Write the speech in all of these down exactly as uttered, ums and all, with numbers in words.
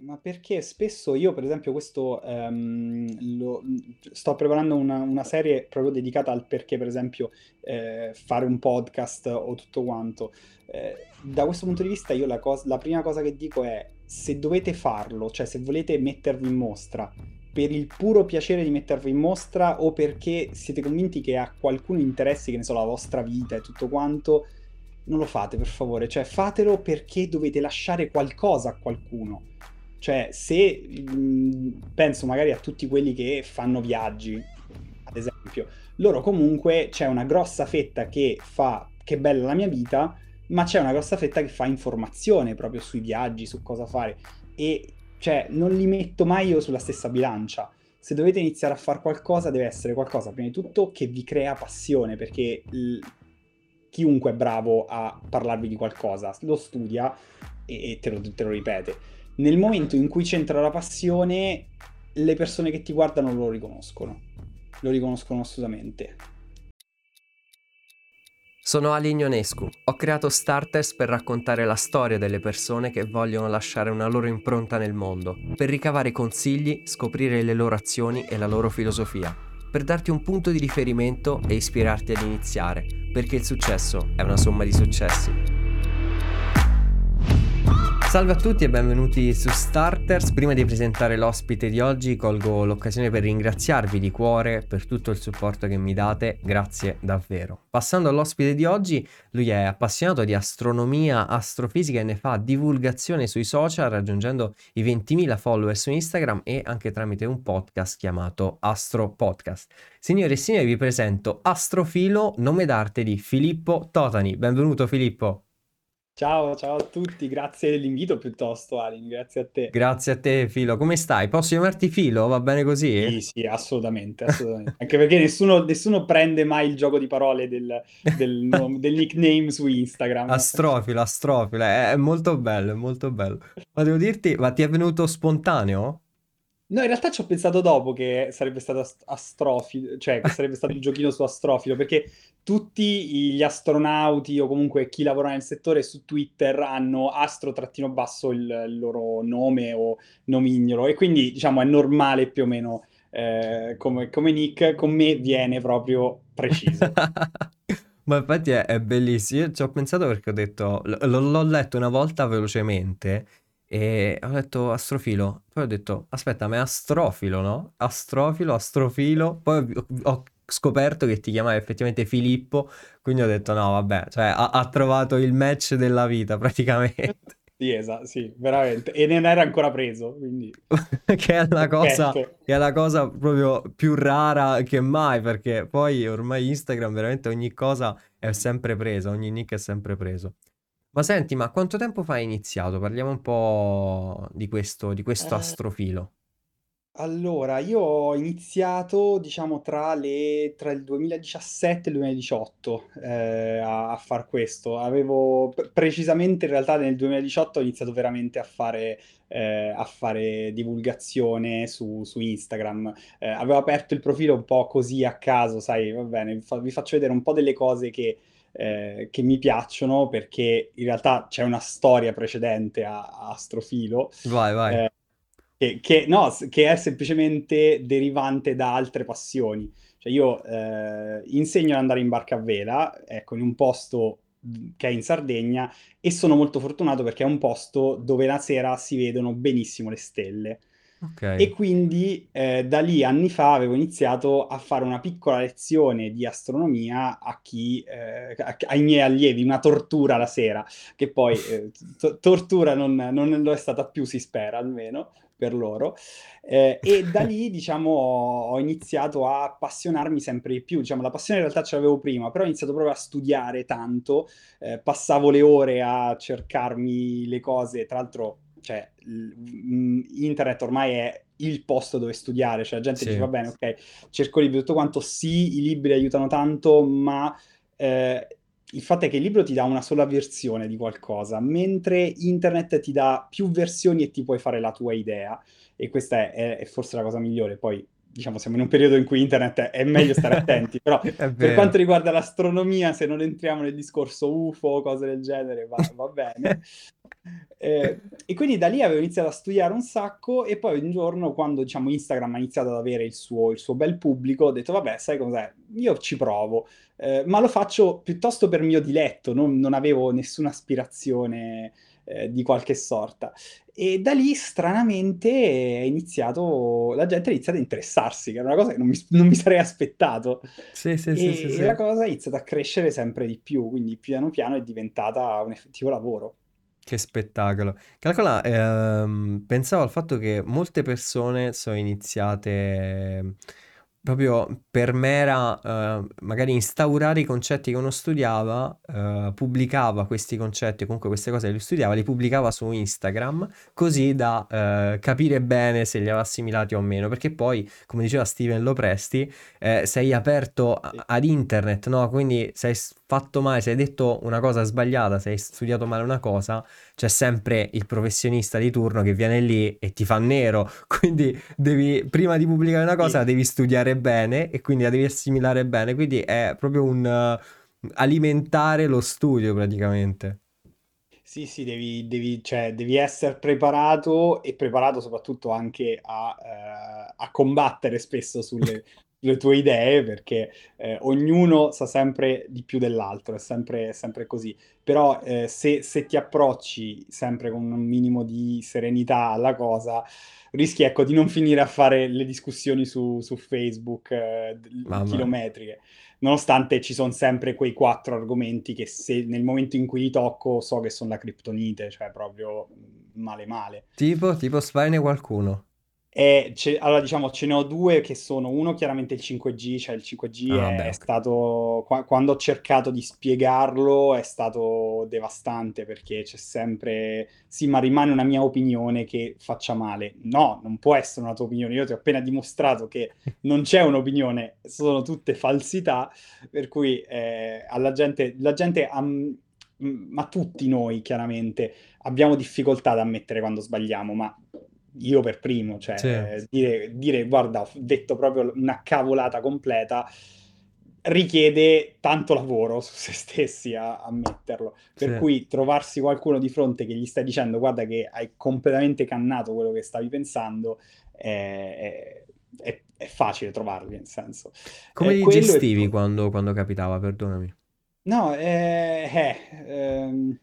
Ma perché spesso io, per esempio, questo ehm, lo- sto preparando una, una serie proprio dedicata al perché, per esempio, eh, fare un podcast o tutto quanto. Eh, da questo punto di vista, io la, cos- la prima cosa che dico è: se dovete farlo, cioè se volete mettervi in mostra per il puro piacere di mettervi in mostra o perché siete convinti che a qualcuno interessi, che ne so, la vostra vita e tutto quanto, non lo fate, per favore. Cioè, fatelo perché dovete lasciare qualcosa a qualcuno. Cioè, se mh, penso magari a tutti quelli che fanno viaggi, ad esempio, loro comunque c'è una grossa fetta che fa che bella la mia vita, ma c'è una grossa fetta che fa informazione proprio sui viaggi, su cosa fare. E cioè, non li metto mai io sulla stessa bilancia. Se dovete iniziare a fare qualcosa, deve essere qualcosa, prima di tutto, che vi crea passione, perché l- chiunque è bravo a parlarvi di qualcosa lo studia e, e te lo, te lo ripete. Nel momento in cui c'entra la passione, le persone che ti guardano lo riconoscono. Lo riconoscono assolutamente. Sono Ali Ionescu. Ho creato Starters per raccontare la storia delle persone che vogliono lasciare una loro impronta nel mondo, per ricavare consigli, scoprire le loro azioni e la loro filosofia, per darti un punto di riferimento e ispirarti ad iniziare, perché il successo è una somma di successi. Salve a tutti e benvenuti su Starters. Prima di presentare l'ospite di oggi colgo l'occasione per ringraziarvi di cuore per tutto il supporto che mi date, grazie davvero. Passando all'ospite di oggi, lui è appassionato di astronomia, astrofisica e ne fa divulgazione sui social raggiungendo i ventimila follower su Instagram e anche tramite un podcast chiamato Astro Podcast. Signore e signori, vi presento Astrofilo, nome d'arte di Filippo Totani. Benvenuto Filippo. Ciao, ciao a tutti, grazie dell'invito piuttosto, Alin, grazie a te. Grazie a te, Filo. Come stai? Posso chiamarti Filo? Va bene così? Sì, sì, assolutamente, assolutamente. Anche perché nessuno, nessuno prende mai il gioco di parole del, del, nome- del nickname su Instagram. Astrofilo, astrofilo. È, è molto bello, è molto bello. Ma devo dirti, ma ti è venuto spontaneo? No, in realtà ci ho pensato dopo che sarebbe stato ast- astrofilo, cioè che sarebbe stato il giochino su astrofilo, perché tutti gli astronauti o comunque chi lavora nel settore su Twitter hanno astro-basso il, il loro nome o nomignolo e quindi diciamo è normale più o meno eh, come, come nick, con me viene proprio preciso. Ma infatti è, è bellissimo. Io ci ho pensato perché ho detto, l- l'ho l'ho letto una volta velocemente e ho detto astrofilo. Poi ho detto, aspetta, ma è astrofilo, no? Astrofilo, astrofilo. Poi ho, ho scoperto che ti chiamavi effettivamente Filippo, quindi ho detto, no, vabbè, cioè ha, ha trovato il match della vita praticamente. Sì, esatto, sì, veramente. E non era ancora preso, quindi Che è la cosa, perfetto. che è la cosa proprio più rara che mai, perché poi ormai Instagram veramente ogni cosa è sempre presa, ogni nick è sempre preso. Ma senti, ma quanto tempo fa hai iniziato? Parliamo un po' di questo, di questo Eh, astrofilo. Allora, io ho iniziato, diciamo, tra le, tra il duemiladiciassette e il duemiladiciotto eh, a, a far questo. Avevo pre- precisamente in realtà nel duemiladiciotto ho iniziato veramente a fare, eh, a fare divulgazione su, su Instagram. Eh, avevo aperto il profilo un po' così a caso, sai, va bene, vi, fa- vi faccio vedere un po' delle cose che, eh, che mi piacciono perché in realtà c'è una storia precedente a, a Astrofilo. Vai, vai. eh, che, che- no, s- che è semplicemente derivante da altre passioni. Cioè io eh, insegno ad andare in barca a vela, ecco, in un posto mh, che è in Sardegna e sono molto fortunato perché è un posto dove la sera si vedono benissimo le stelle. Ok. E quindi eh, da lì anni fa avevo iniziato a fare una piccola lezione di astronomia a chi, eh, a- ai miei allievi, una tortura la sera, che poi eh, to- tortura non, non lo è stata più, si spera almeno per loro. Eh, e da lì, diciamo, ho, ho iniziato a appassionarmi sempre di più. Diciamo, la passione in realtà ce l'avevo prima, però ho iniziato proprio a studiare tanto, eh, passavo le ore a cercarmi le cose, tra l'altro, cioè, l- mh, internet ormai è il posto dove studiare, cioè la gente dice, Sì, va bene, ok, cerco libri, tutto quanto, sì, i libri aiutano tanto, ma eh, il fatto è che il libro ti dà una sola versione di qualcosa, mentre internet ti dà più versioni e ti puoi fare la tua idea, e questa è, è- è forse la cosa migliore. Poi, diciamo, siamo in un periodo in cui internet è, è meglio stare attenti, però è per quanto vero. riguarda l'astronomia, se non entriamo nel discorso U F O o cose del genere, va, va bene. Eh, e quindi da lì avevo iniziato a studiare un sacco e poi un giorno quando diciamo Instagram ha iniziato ad avere il suo, il suo bel pubblico, ho detto vabbè, sai cos'è? Io ci provo, eh, ma lo faccio piuttosto per mio diletto, non, non avevo nessuna aspirazione eh, di qualche sorta. E da lì stranamente è iniziato, la gente ha iniziato a interessarsi, che era una cosa che non mi, non mi sarei aspettato. Sì, sì, sì, sì, E, e sì. la cosa è iniziata a crescere sempre di più, quindi piano piano è diventata un effettivo lavoro. Che spettacolo. Calcola, ehm, pensavo al fatto che molte persone sono iniziate eh, proprio per mera, eh, magari instaurare i concetti che uno studiava, eh, pubblicava questi concetti, o comunque queste cose che lui studiava, li pubblicava su Instagram, così da eh, capire bene se li aveva assimilati o meno, perché poi, come diceva Steven Lopresti, eh, sei aperto a- Sì. ad internet, no? Quindi sei s- fatto male, se hai detto una cosa sbagliata, se hai studiato male una cosa, c'è sempre il professionista di turno che viene lì e ti fa nero. Quindi devi, prima di pubblicare una cosa, la Sì. devi studiare bene e quindi la devi assimilare bene. Quindi è proprio un eh, alimentare lo studio praticamente. Sì, sì, devi, devi, cioè, devi essere preparato e preparato soprattutto anche a, eh, a combattere spesso sulle, sulle tue idee, perché eh, ognuno sa sempre di più dell'altro, è sempre, è sempre così. Però eh, se, se ti approcci sempre con un minimo di serenità alla cosa, rischi, ecco, di non finire a fare le discussioni su, su Facebook, eh, Mamma mia. chilometriche. Nonostante ci sono sempre quei quattro argomenti che se nel momento in cui li tocco so che sono la criptonite, cioè proprio male male. Tipo, tipo sparane qualcuno. E ce- allora diciamo ce ne ho due che sono uno chiaramente il cinque G, cioè il cinque G Ah, è, vabbè, è ok. stato qua- quando ho cercato di spiegarlo è stato devastante perché c'è sempre sì, ma rimane una mia opinione che faccia male. No, non può essere una tua opinione. Io ti ho appena dimostrato che non c'è un'opinione, sono tutte falsità, per cui eh, alla gente, la gente ha- ma tutti noi chiaramente abbiamo difficoltà ad ammettere quando sbagliamo, ma io per primo, Sì, cioè dire, dire guarda, ho detto proprio una cavolata completa, richiede tanto lavoro su se stessi a ammetterlo. Per sì. cui trovarsi qualcuno di fronte che gli stai dicendo guarda che hai completamente cannato quello che stavi pensando, è, è- è facile trovarli, nel senso. Come Eh, li quello e gestivi poi... quando, quando capitava? Perdonami. No, eh, eh, ehm,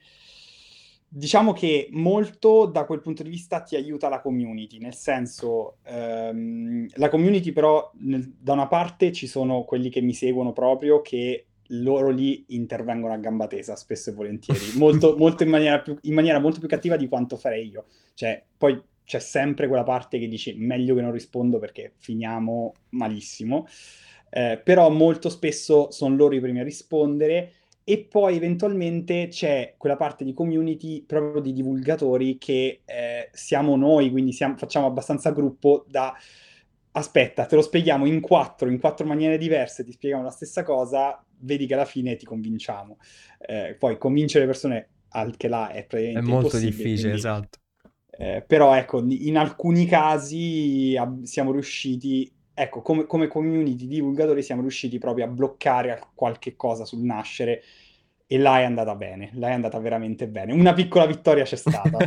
diciamo che molto da quel punto di vista ti aiuta la community, nel senso, ehm, la community però nel- da una parte ci sono quelli che mi seguono proprio che loro lì intervengono a gamba tesa, spesso e volentieri, molto, molto in maniera più, in maniera molto più cattiva di quanto farei io. Cioè, poi c'è sempre quella parte che dici meglio che non rispondo perché finiamo malissimo. Eh, però molto spesso sono loro i primi a rispondere e poi eventualmente c'è quella parte di community proprio di divulgatori che eh, siamo noi, quindi siamo- facciamo abbastanza gruppo da aspetta, te lo spieghiamo in quattro, in quattro maniere diverse, ti spieghiamo la stessa cosa, vedi che alla fine ti convinciamo. Eh, poi convincere le persone anche là è È praticamente molto impossibile, difficile, quindi esatto. eh, però ecco, in alcuni casi ab- siamo riusciti, ecco, come, come community di divulgatori siamo riusciti proprio a bloccare qualche cosa sul nascere e là è andata bene, là è andata veramente bene. Una piccola vittoria c'è stata.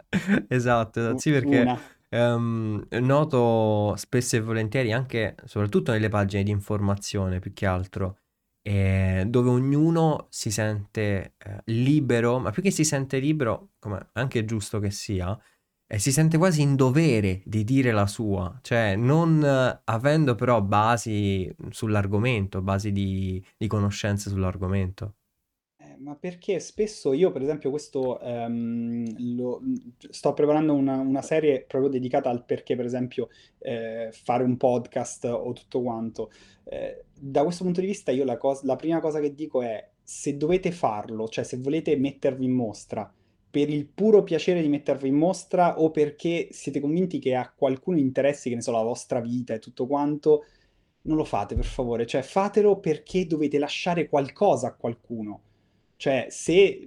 Esatto, esatto. U- Sì, perché Una. ehm, noto spesso e volentieri anche, soprattutto nelle pagine di informazione, più che altro, eh, dove ognuno si sente eh, libero, ma più che si sente libero, come anche è giusto che sia, eh, si sente quasi in dovere di dire la sua, cioè non eh, avendo però basi sull'argomento, basi di, di conoscenze sull'argomento. Eh, ma perché spesso io, per esempio, questo ehm, lo- sto preparando una, una serie proprio dedicata al perché, per esempio, eh, fare un podcast o tutto quanto. Eh, da questo punto di vista, io la, cos- la prima cosa che dico è: se dovete farlo, cioè se volete mettervi in mostra per il puro piacere di mettervi in mostra o perché siete convinti che a qualcuno interessi, che ne so, la vostra vita e tutto quanto, non lo fate, per favore. Cioè, fatelo perché dovete lasciare qualcosa a qualcuno. Cioè, se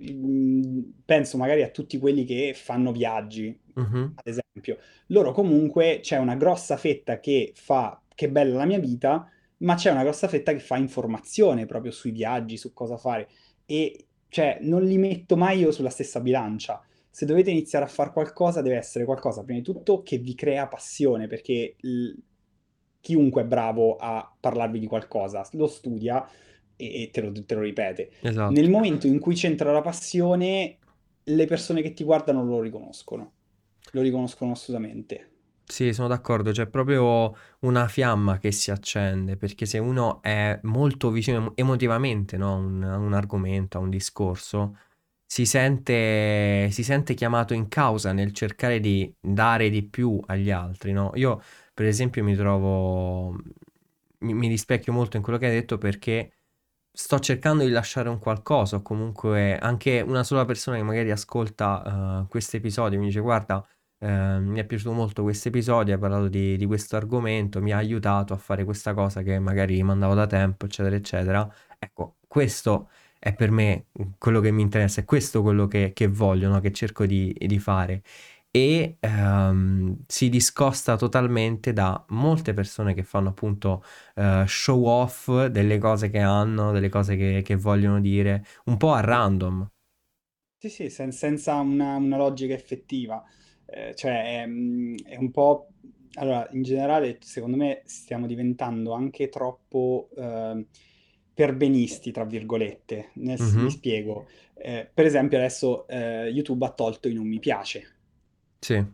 mh, penso magari a tutti quelli che fanno viaggi, Mhm. ad esempio, loro comunque c'è una grossa fetta che fa che bella la mia vita, ma c'è una grossa fetta che fa informazione proprio sui viaggi, su cosa fare. E cioè, non li metto mai io sulla stessa bilancia. se dovete iniziare a fare qualcosa, deve essere qualcosa, prima di tutto, che vi crea passione, perché il- chiunque è bravo a parlarvi di qualcosa lo studia e, e te lo, te lo ripete. Nel Esatto. momento in cui c'entra la passione, le persone che ti guardano lo riconoscono, lo riconoscono assolutamente. Sì, sono d'accordo, c'è proprio una fiamma che si accende, perché se uno è molto vicino emo- emotivamente, no, a un, a un argomento, a un discorso, si sente, si sente chiamato in causa nel cercare di dare di più agli altri, no? Io, per esempio, mi trovo, mi, mi rispecchio molto in quello che hai detto perché sto cercando di lasciare un qualcosa, o comunque anche una sola persona che magari ascolta questo episodio mi dice guarda, eh, mi è piaciuto molto questo episodio, hai parlato di, di questo argomento, mi ha aiutato a fare questa cosa che magari mandavo da tempo, eccetera, eccetera. Ecco, questo è per me quello che mi interessa, è questo quello che, che voglio, no? Che cerco di, di fare. E ehm, si discosta totalmente da molte persone che fanno appunto eh, show off delle cose che hanno, delle cose che, che vogliono dire, un po' a random. Sì, sì, sen- senza una, una logica effettiva. Eh, cioè, è, mm, è un po'... Allora, in generale, secondo me stiamo diventando anche troppo ehm, perbenisti, tra virgolette. Nel s- mi Mhm. spiego. Eh, per esempio, adesso eh, YouTube ha tolto i non mi piace, Sì.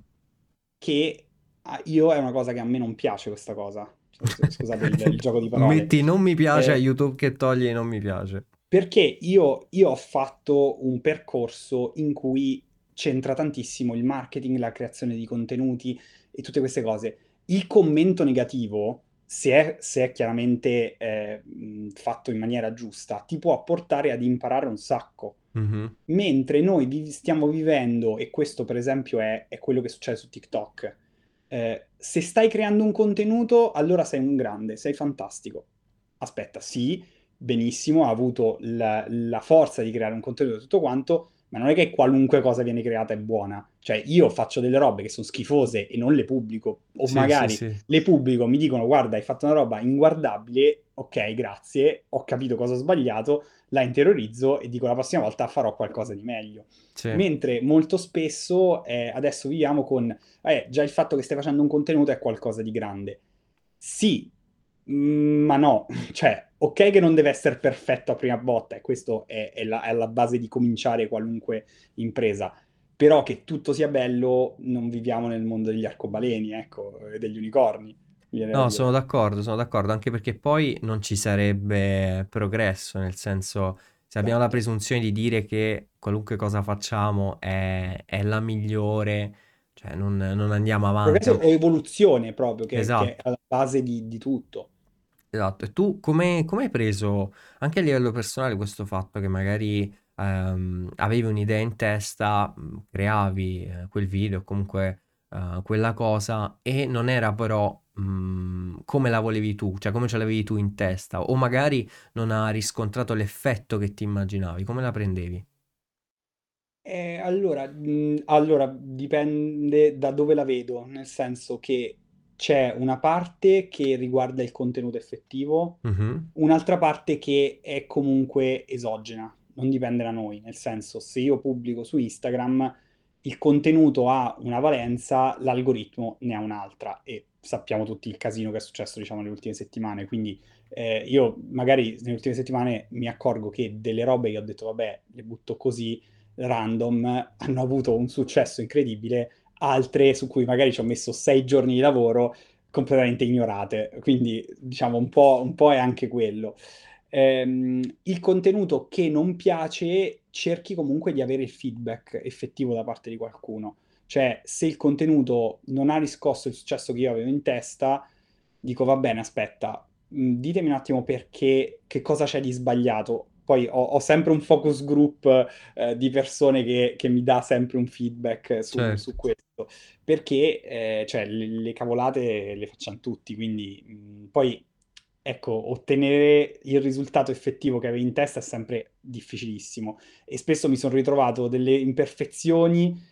che ah, io è una cosa che a me non piace questa cosa. S- Scusate il, il gioco di parole. Metti non mi piace a Eh, YouTube che toglie i non mi piace. Perché io, io ho fatto un percorso in cui c'entra tantissimo il marketing, la creazione di contenuti e tutte queste cose. Il commento negativo, se è, se è chiaramente eh, mh, fatto in maniera giusta, ti può portare ad imparare un sacco. Mhm. Mentre noi vi- stiamo vivendo, e questo per esempio è, è quello che succede su TikTok, eh, se stai creando un contenuto, allora sei un grande, sei fantastico. Aspetta, sì, benissimo, ha avuto la, la forza di creare un contenuto e tutto quanto, ma non è che qualunque cosa viene creata è buona. Cioè, io faccio delle robe che sono schifose e non le pubblico, o Sì, sì, magari sì. le pubblico, mi dicono, guarda, hai fatto una roba inguardabile, ok, grazie, ho capito cosa ho sbagliato, la interiorizzo e dico la prossima volta farò qualcosa di meglio. Sì. Mentre molto spesso eh, adesso viviamo con eh, già il fatto che stai facendo un contenuto è qualcosa di grande. Sì, mm, ma no, cioè, ok che non deve essere perfetto a prima botta, e questo è, è la, è la base di cominciare qualunque impresa, però che tutto sia bello, non viviamo nel mondo degli arcobaleni, ecco, e degli unicorni, mi viene da No, sono dire. d'accordo, sono d'accordo, anche perché poi non ci sarebbe progresso, nel senso, se abbiamo la Esatto. presunzione di dire che qualunque cosa facciamo è, è la migliore, cioè non, non andiamo avanti. Progresso Am- o evoluzione proprio, che, che è Esatto. alla base di, di tutto. Esatto, e tu come, come hai preso anche a livello personale questo fatto che magari ehm, avevi un'idea in testa, mh, creavi eh, quel video, comunque eh, quella cosa e non era però mh, come la volevi tu, cioè come ce l'avevi tu in testa, o magari non ha riscontrato l'effetto che ti immaginavi, come la prendevi? Eh, allora, mh, allora, dipende da dove la vedo, nel senso che c'è una parte che riguarda il contenuto effettivo, Mhm. un'altra parte che è comunque esogena, non dipende da noi, nel senso se io pubblico su Instagram il contenuto ha una valenza, l'algoritmo ne ha un'altra e sappiamo tutti il casino che è successo, diciamo, nelle ultime settimane, quindi eh, io magari nelle ultime settimane mi accorgo che delle robe che ho detto, vabbè, le butto così random hanno avuto un successo incredibile, altre su cui magari ci ho messo sei giorni di lavoro completamente ignorate. Quindi, diciamo, un po', un po' è anche quello. Ehm, il contenuto che non piace, cerchi comunque di avere il feedback effettivo da parte di qualcuno. Cioè, se il contenuto non ha riscosso il successo che io avevo in testa, dico va bene, aspetta, mh, ditemi un attimo perché, che cosa c'è di sbagliato. Poi ho, ho sempre un focus group eh, di persone che, che mi dà sempre un feedback su, Certo. su questo, perché eh, cioè, le, le cavolate le facciamo tutti, quindi mh, poi ecco, ottenere il risultato effettivo che avevi in testa è sempre difficilissimo e spesso mi sono ritrovato delle imperfezioni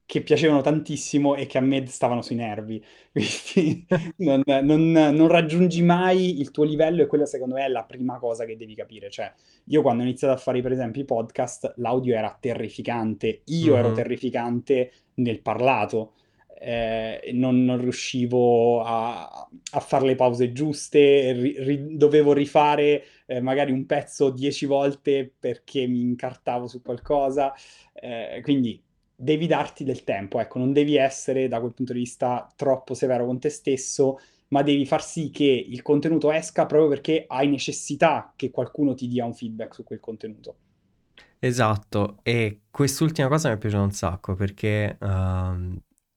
che piacevano tantissimo e che a me stavano sui nervi. Quindi non, non- non raggiungi mai il tuo livello e quella secondo me è la prima cosa che devi capire. Cioè, io quando ho iniziato a fare per esempio i podcast, l'audio era terrificante, io ero Mhm. terrificante nel parlato. Eh, e non, non riuscivo a, a fare le pause giuste, ri- ri- dovevo rifare eh, magari un pezzo dieci volte perché mi incartavo su qualcosa. Eh, quindi devi darti del tempo, ecco, non devi essere da quel punto di vista troppo severo con te stesso, ma devi far sì che il contenuto esca proprio perché hai necessità che qualcuno ti dia un feedback su quel contenuto. Esatto, e quest'ultima cosa mi è piaciuta un sacco perché ehm,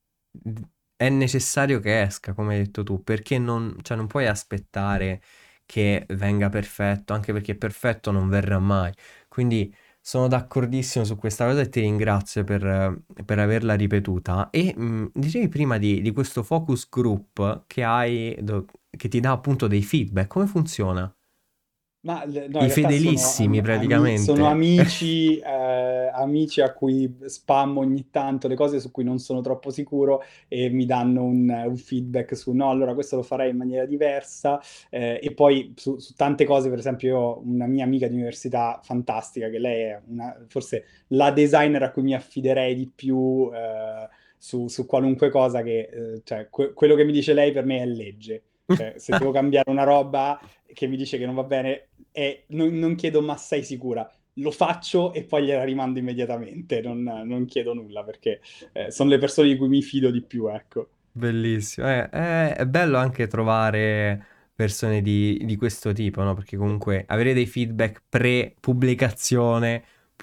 è necessario che esca, come hai detto tu, perché non, cioè non puoi aspettare che venga perfetto, anche perché perfetto non verrà mai. Quindi sono d'accordissimo su questa cosa e ti ringrazio per, eh, per averla ripetuta. E mh, dicevi prima di, di questo focus group che hai, do- che ti dà appunto dei feedback, come funziona? Ma l- no, in I realtà sono, fedelissimi am- ami- sono praticamente. amici, eh, amici a cui spammo ogni tanto le cose su cui non sono troppo sicuro e mi danno un, un feedback su no, allora questo lo farei in maniera diversa. Eh, e poi su, su tante cose, per esempio, io ho una mia amica di università fantastica, che lei è una- forse la designer a cui mi affiderei di più, eh, su, su qualunque cosa che, eh, cioè, que- quello che mi dice lei per me è legge. Cioè, se devo cambiare una roba che mi dice che non va bene, e non, non chiedo ma sei sicura? Lo faccio e poi gliela rimando immediatamente, non, non chiedo nulla perché eh, sono le persone di cui mi fido di più, ecco. Bellissimo. Eh, è, è bello anche trovare persone di, di questo tipo, no? Perché comunque avere dei feedback pre-pubblicazione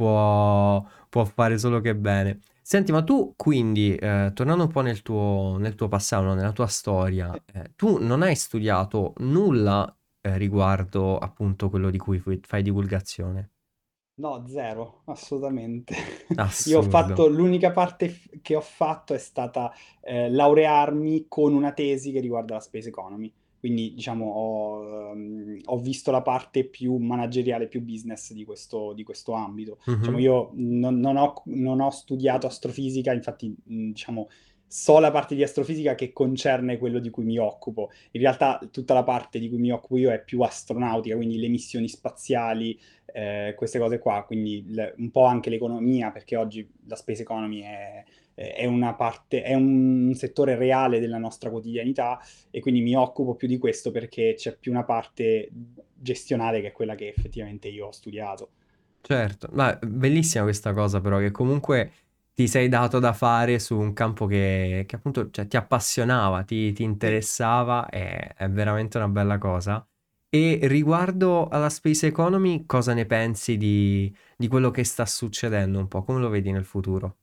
può, può fare solo che bene. Senti, ma tu quindi, eh, tornando un po' nel tuo, nel tuo passato, no? Nella tua storia, eh, tu non hai studiato nulla, eh, riguardo appunto quello di cui fu- fai divulgazione? No, zero, assolutamente. Io ho Assurdo. fatto, l'unica parte f- che ho fatto è stata eh, laurearmi con una tesi che riguarda la space economy. Quindi, diciamo, ho, ehm, ho visto la parte più manageriale, più business di questo, di questo ambito. Diciamo, Mhm. io non, non ho, non ho studiato astrofisica, infatti, mh, diciamo, so la parte di astrofisica che concerne quello di cui mi occupo. In realtà, tutta la parte di cui mi occupo io è più astronautica, quindi le missioni spaziali, eh, queste cose qua, quindi il- un po' anche l'economia, perché oggi la space economy è, è una parte, è un settore reale della nostra quotidianità e quindi mi occupo più di questo perché c'è più una parte gestionale che è quella che effettivamente io ho studiato. Certo, ma bellissima questa cosa però che comunque ti sei dato da fare su un campo che, che appunto cioè, ti appassionava, ti, ti Sì. interessava, è, è veramente una bella cosa. E riguardo alla Space Economy, cosa ne pensi di, di quello che sta succedendo un po'? Come lo vedi nel futuro?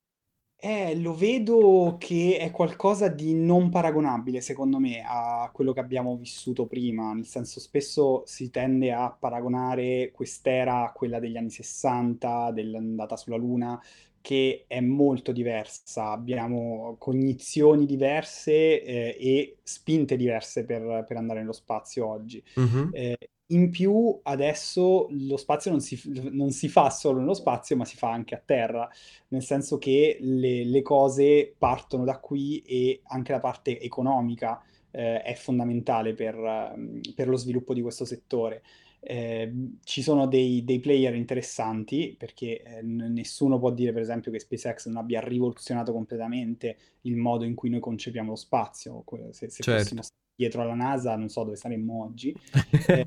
Eh, lo vedo che è qualcosa di non paragonabile, secondo me, a quello che abbiamo vissuto prima. Nel senso, spesso si tende a paragonare quest'era a quella degli anni sessanta, dell'andata sulla Luna, che è molto diversa. Abbiamo cognizioni diverse, eh, e spinte diverse per, per andare nello spazio oggi. Mhm. Eh, in più, adesso lo spazio non si, non si fa solo nello spazio, ma si fa anche a terra, nel senso che le, le cose partono da qui e anche la parte economica eh, è fondamentale per, ehm, per lo sviluppo di questo settore. Eh, ci sono dei, dei player interessanti perché eh, n- nessuno può dire per esempio che SpaceX non abbia rivoluzionato completamente il modo in cui noi concepiamo lo spazio. Que- Se, se fossimo Certo. stati dietro alla NASA non so dove saremmo oggi. Eh,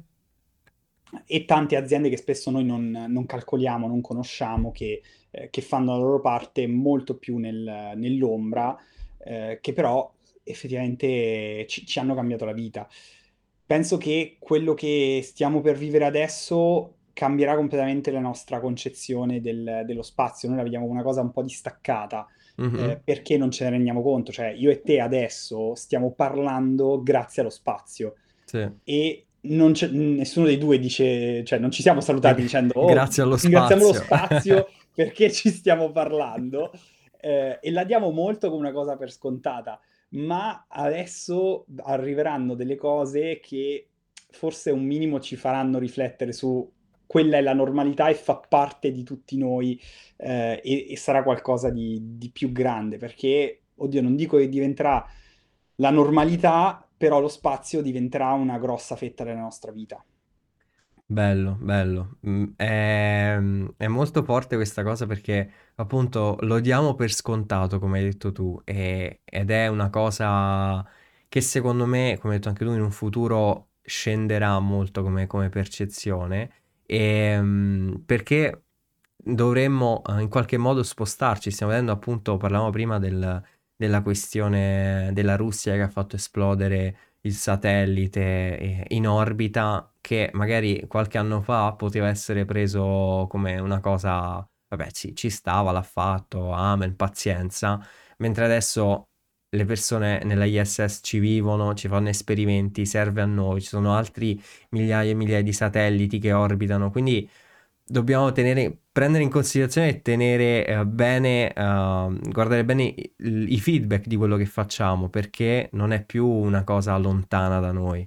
e tante aziende che spesso noi non, non calcoliamo, non conosciamo, che, eh, che fanno la loro parte molto più nel- nell'ombra, eh, che però effettivamente ci, ci hanno cambiato la vita. Penso che quello che stiamo per vivere adesso cambierà completamente la nostra concezione del- dello spazio. Noi la vediamo come una cosa un po' distaccata, eh, Mhm. perché non ce ne rendiamo conto. Cioè, io e te adesso stiamo parlando grazie allo spazio Sì. e non c'è- nessuno dei due dice, cioè non ci siamo E salutati gra- dicendo, oh, grazie allo ringraziamo lo spazio. spazio perché ci stiamo parlando, eh, e la diamo molto come una cosa per scontata, ma adesso arriveranno delle cose che forse un minimo ci faranno riflettere su quella è la normalità e fa parte di tutti noi, eh, e, e sarà qualcosa di, di più grande, perché, oddio, non dico che diventerà la normalità, però lo spazio diventerà una grossa fetta della nostra vita. Bello, bello. Mm, È, è molto forte questa cosa perché appunto lo diamo per scontato, come hai detto tu, e- ed è una cosa che secondo me, come hai detto anche tu, in un futuro scenderà molto come, come percezione, e, mm, perché dovremmo eh, in qualche modo spostarci. Stiamo vedendo appunto, parlavamo prima del- della questione della Russia che ha fatto esplodere il satellite eh, in orbita, che magari qualche anno fa poteva essere preso come una cosa, vabbè, sì, ci stava, l'ha fatto, amen, pazienza, mentre adesso le persone nella I S S ci vivono, ci fanno esperimenti, serve a noi, ci sono altri migliaia e migliaia di satelliti che orbitano, quindi dobbiamo tenere, prendere in considerazione e tenere eh, bene, eh, guardare bene i, i feedback di quello che facciamo, perché non è più una cosa lontana da noi.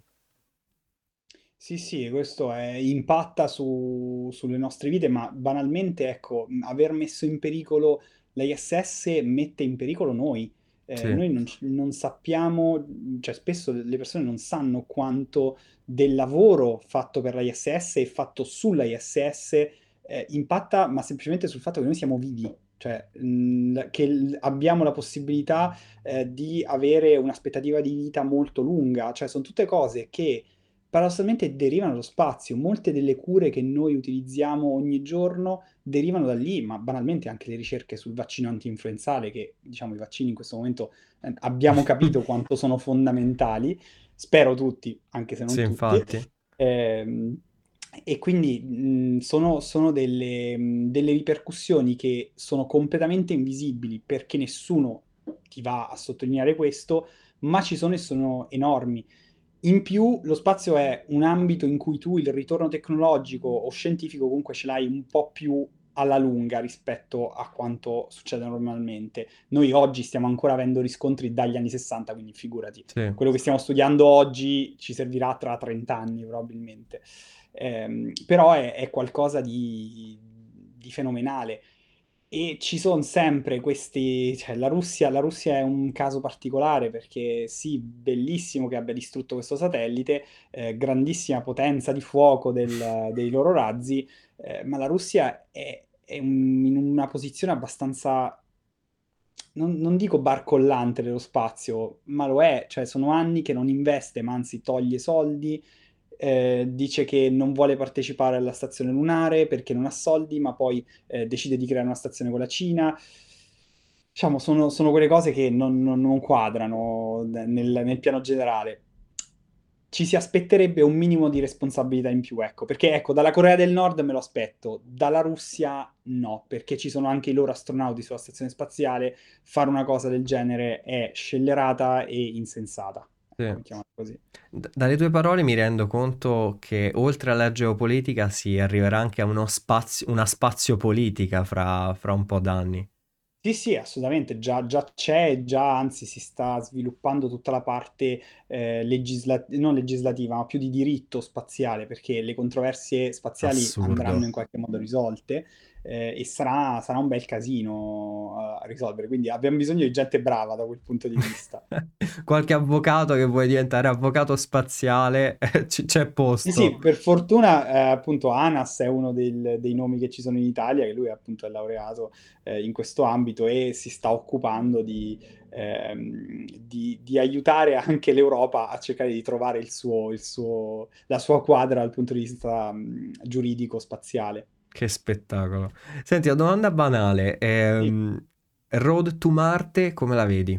Sì, sì, questo è- impatta su- sulle nostre vite, ma banalmente, ecco, mh, aver messo in pericolo l'I S S mette in pericolo noi. Eh, Sì, noi non, ci- non sappiamo, cioè spesso le persone non sanno quanto del lavoro fatto per l'I S S e fatto sulla I S S eh, impatta, ma semplicemente sul fatto che noi siamo vivi, cioè mh, che l- abbiamo la possibilità eh, di avere un'aspettativa di vita molto lunga, cioè sono tutte cose che paradossalmente derivano dallo spazio. Molte delle cure che noi utilizziamo ogni giorno derivano da lì, ma banalmente anche le ricerche sul vaccino anti-influenzale, che diciamo i vaccini in questo momento eh, abbiamo capito quanto sono fondamentali, spero tutti, anche se sì, non tutti. infatti. Ehm, e quindi mh, sono, sono delle, mh, delle ripercussioni che sono completamente invisibili perché nessuno ti va a sottolineare questo, ma ci sono e sono enormi. In più, lo spazio è un ambito in cui tu il ritorno tecnologico o scientifico comunque ce l'hai un po' più alla lunga rispetto a quanto succede normalmente. Noi oggi stiamo ancora avendo riscontri dagli anni sessanta, quindi figurati, Sì. quello che stiamo studiando oggi ci servirà tra trenta anni probabilmente. Ehm, però è, è qualcosa di, di fenomenale. E ci sono sempre questi, cioè la Russia, la Russia è un caso particolare perché sì, bellissimo che abbia distrutto questo satellite, eh, grandissima potenza di fuoco del- dei loro razzi, eh, ma la Russia è, è un- in una posizione abbastanza, non, non dico barcollante dello spazio, ma lo è, cioè sono anni che non investe, ma anzi toglie soldi, eh, dice che non vuole partecipare alla stazione lunare perché non ha soldi, ma poi eh, decide di creare una stazione con la Cina. Diciamo, sono, sono quelle cose che non, non- non quadrano nel, nel piano generale. Ci si aspetterebbe un minimo di responsabilità in più, ecco, perché ecco, dalla Corea del Nord me lo aspetto, dalla Russia no, perché ci sono anche i loro astronauti sulla stazione spaziale, fare una cosa del genere è scellerata e insensata, Sì. ecco, mettiamola così. D- dalle tue parole mi rendo conto che oltre alla geopolitica si arriverà anche a uno spazio, una spaziopolitica fra, fra un po' d'anni. Sì, sì, assolutamente, già, già c'è, già anzi si sta sviluppando tutta la parte eh, legisla- non legislativa, ma più di diritto spaziale, perché le controversie spaziali andranno Assurdo. in qualche modo risolte eh, e sarà, sarà un bel casino eh, a risolvere, quindi abbiamo bisogno di gente brava da quel punto di vista. Qualche avvocato che vuole diventare avvocato spaziale, c- c'è Sì, sì, posto. per fortuna eh, appunto Anas è uno del- dei nomi che ci sono in Italia, che lui appunto è laureato eh, in questo ambito e si sta occupando di, ehm, di- di aiutare anche l'Europa a cercare di trovare il suo, il suo- la sua quadra dal punto di vista mh, giuridico spaziale. Che spettacolo. Senti, una domanda banale. Sì. ehm, Road to Marte, come la vedi?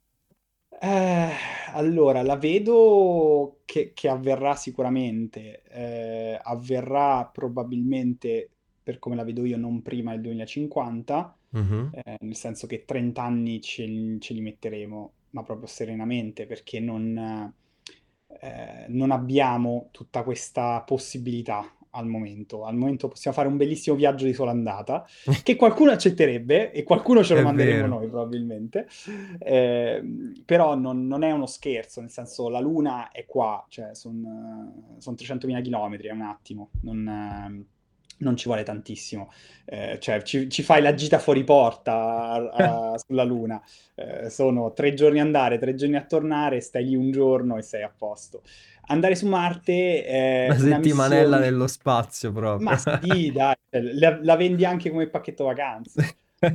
Eh, allora, la vedo che, che avverrà sicuramente, eh, avverrà probabilmente, per come la vedo io, non prima del duemilacinquanta, Mhm. eh, nel senso che trenta anni ce, ce li metteremo, ma proprio serenamente, perché non, eh, non abbiamo tutta questa possibilità al momento. Al momento possiamo fare un bellissimo viaggio di sola andata, che qualcuno accetterebbe e qualcuno ce lo È manderemo vero. noi probabilmente. Eh, però non, non è uno scherzo, nel senso la Luna è qua, cioè sono trecentomila chilometri, è un attimo. Non, non ci vuole tantissimo. Eh, cioè, ci, ci fai la gita fuori porta a- a- sulla Luna. Eh, sono tre giorni andare, tre giorni a tornare, stai lì un giorno e sei a posto. Andare su Marte Una è una settimanella missione... nello spazio Ma proprio. sì, dai, cioè, la, la vendi anche come pacchetto vacanze.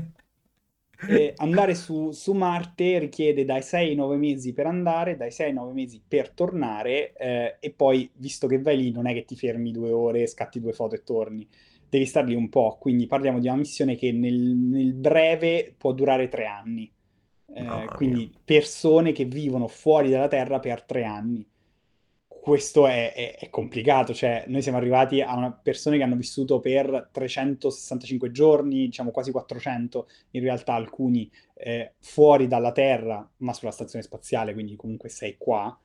E andare su, su Marte richiede dai sei ai nove mesi per andare, dai sei ai nove mesi per tornare, eh, e poi, visto che vai lì, non è che ti fermi due ore, scatti due foto e torni. Devi star lì un po', quindi parliamo di una missione che nel, nel breve può durare tre anni. Eh, Mamma mia. quindi persone che vivono fuori dalla Terra per tre anni. Questo è, è- è complicato, cioè noi siamo arrivati a una- persone che hanno vissuto per trecentosessantacinque giorni, diciamo quasi quattrocento, in realtà alcuni eh, fuori dalla Terra, ma sulla stazione spaziale, quindi comunque sei qua.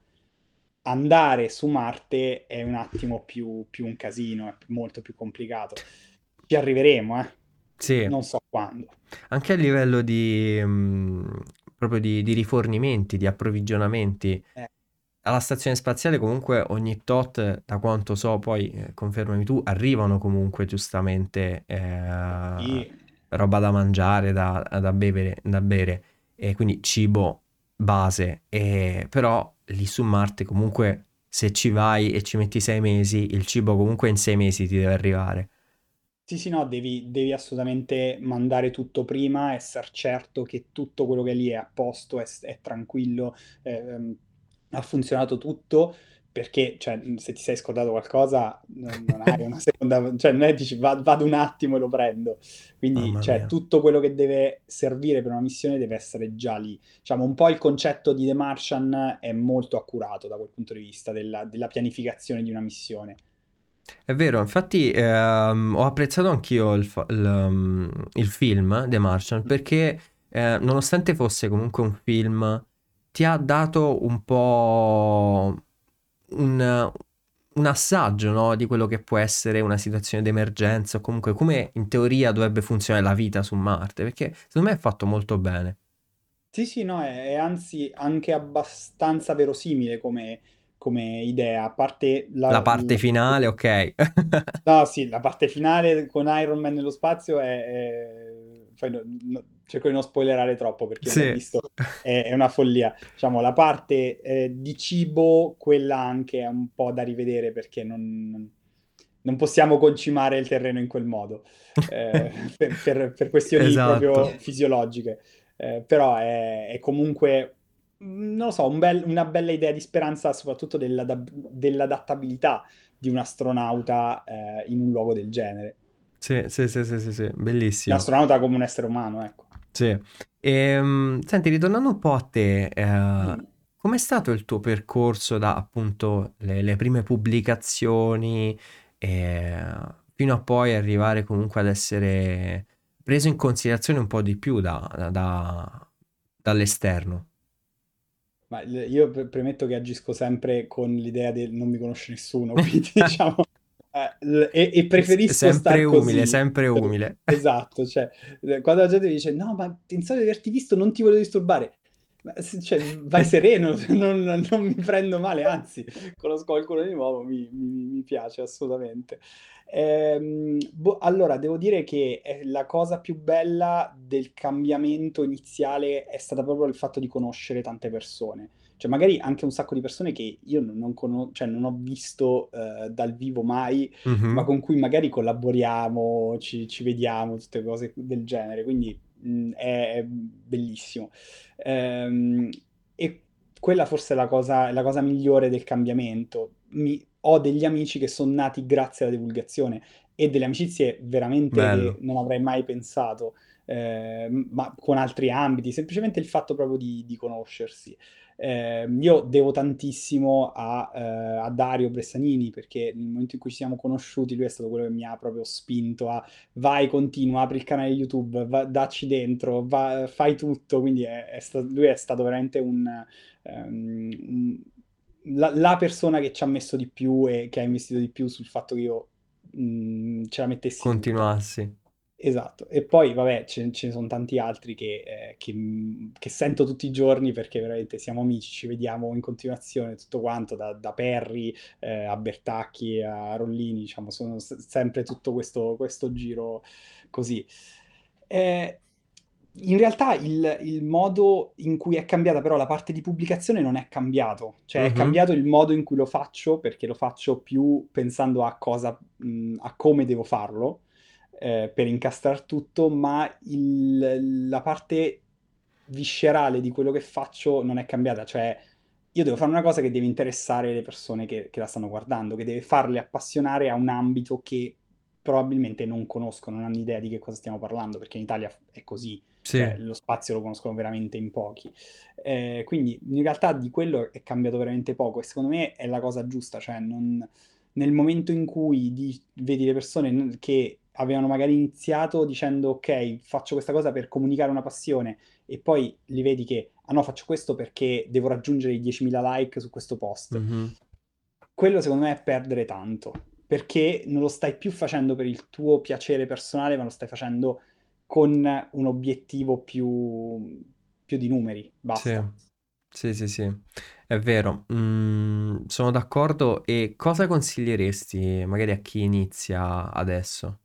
Andare su Marte è un attimo più, più un casino, è molto più complicato. Ci arriveremo, eh? Sì, Non so quando. anche a livello di, mh, proprio di, di rifornimenti, di approvvigionamenti. Eh, Alla stazione spaziale comunque ogni tot, da quanto so, poi eh, confermami tu, arrivano comunque giustamente eh, sì. roba da mangiare, da, da bere, da bere, e quindi cibo base. E, però lì su Marte comunque se ci vai e ci metti sei mesi, il cibo comunque in sei mesi ti deve arrivare. Sì, sì, no, devi, devi assolutamente mandare tutto prima, essere certo che tutto quello che è lì è a posto, è, è tranquillo, ehm, ha funzionato tutto, perché cioè, se ti sei scordato qualcosa non, non hai una seconda, cioè non è dici "Va- vado un attimo e lo prendo". Quindi Mamma cioè, mia. tutto quello che deve servire per una missione deve essere già lì. Diciamo, un po' il concetto di The Martian è molto accurato da quel punto di vista, della della pianificazione di una missione. È vero, infatti ehm, ho apprezzato anch'io il, fa- il, um, il film The Martian perché eh, nonostante fosse comunque un film, ti ha dato un po' un, un assaggio, no, di quello che può essere una situazione d'emergenza o comunque come in teoria dovrebbe funzionare la vita su Marte, perché secondo me è fatto molto bene. Sì, sì, no, è, è anzi anche abbastanza verosimile come, come idea, a parte La la, parte la- finale, ok. No, sì, la parte finale con Iron Man nello spazio è... è- poi no- no- cerco di non spoilerare troppo perché io l'ho Sì. visto, è, è una follia. Diciamo, la parte eh, di cibo, quella anche è un po' da rivedere perché non, non possiamo concimare il terreno in quel modo, eh, per, per- per questioni Esatto. proprio fisiologiche. Eh, però è, è comunque, mm, non lo so, un bel- una bella idea di speranza, soprattutto dell'ada- dell'adattabilità di un astronauta eh, in un luogo del genere. Sì, sì, sì, sì, sì, sì, Un bellissimo. astronauta come un essere umano, ecco. Sì. Ehm, senti, ritornando un po' a te, eh, Mm. com'è stato il tuo percorso da appunto le, le prime pubblicazioni eh, fino a poi arrivare comunque ad essere preso in considerazione un po' di più da- da- da- dall'esterno? Ma il- io pre- premetto che agisco sempre con l'idea del non mi conosce nessuno, quindi diciamo, eh, l- e, e S- preferisco sempre star umile, così. sempre umile. Esatto, cioè, eh, quando la gente dice no, ma pensavo di averti visto, non ti volevo disturbare. Ma se- cioè, vai sereno, non, non mi prendo male, anzi, conosco qualcuno di nuovo, mi, mi- mi piace assolutamente. Ehm, boh, allora, devo dire che eh, la cosa più bella del cambiamento iniziale è stata proprio il fatto di conoscere tante persone. Cioè, magari anche un sacco di persone che io non, non cono- cioè, non ho visto eh, dal vivo mai, ma Mhm. con cui magari collaboriamo, ci, ci vediamo, tutte cose del genere. Quindi mh, è, è bellissimo. Ehm, e quella forse è la cosa, è la cosa migliore del cambiamento. Mi- ho degli amici che sono nati grazie alla divulgazione e delle amicizie veramente che Bello. non avrei mai pensato, eh, ma con altri ambiti, semplicemente il fatto proprio di, di conoscersi. Eh, io devo tantissimo a, eh, a Dario Bressanini perché nel momento in cui ci siamo conosciuti lui è stato quello che mi ha proprio spinto a vai, continua, apri il canale YouTube, va- dacci dentro, va- fai tutto, quindi è- è sta- lui è stato veramente un, ehm, un- la, la persona che ci ha messo di più e che ha investito di più sul fatto che io mh, ce la mettessi tutta. Continuassi. Esatto, e poi vabbè ce, ce ne sono tanti altri che, eh, che, mh, che sento tutti i giorni perché veramente siamo amici, ci vediamo in continuazione tutto quanto, da, da Perry eh, a Bertacchi a Rollini, diciamo, sono s- sempre tutto questo, questo giro così. Eh, In realtà il, il modo in cui è cambiata però la parte di pubblicazione non è cambiato, cioè è Mhm. cambiato il modo in cui lo faccio perché lo faccio più pensando a cosa, mh, a come devo farlo eh, per incastrare tutto, ma il- la parte viscerale di quello che faccio non è cambiata, cioè io devo fare una cosa che deve interessare le persone che, che la stanno guardando, che deve farle appassionare a un ambito che probabilmente non conoscono, non hanno idea di che cosa stiamo parlando, perché in Italia è così, Sì, cioè lo spazio lo conoscono veramente in pochi. Eh, quindi in realtà di quello è cambiato veramente poco e secondo me è la cosa giusta, cioè non- nel momento in cui di- vedi le persone n- che avevano magari iniziato dicendo ok, faccio questa cosa per comunicare una passione e poi li vedi che ah no, faccio questo perché devo raggiungere i diecimila like su questo post. mhm. Quello secondo me è perdere tanto, perché non lo stai più facendo per il tuo piacere personale, ma lo stai facendo con un obiettivo più, più di numeri, Sì, basta. sì, sì, sì, è vero. Mm, sono d'accordo. E cosa consiglieresti magari a chi inizia adesso?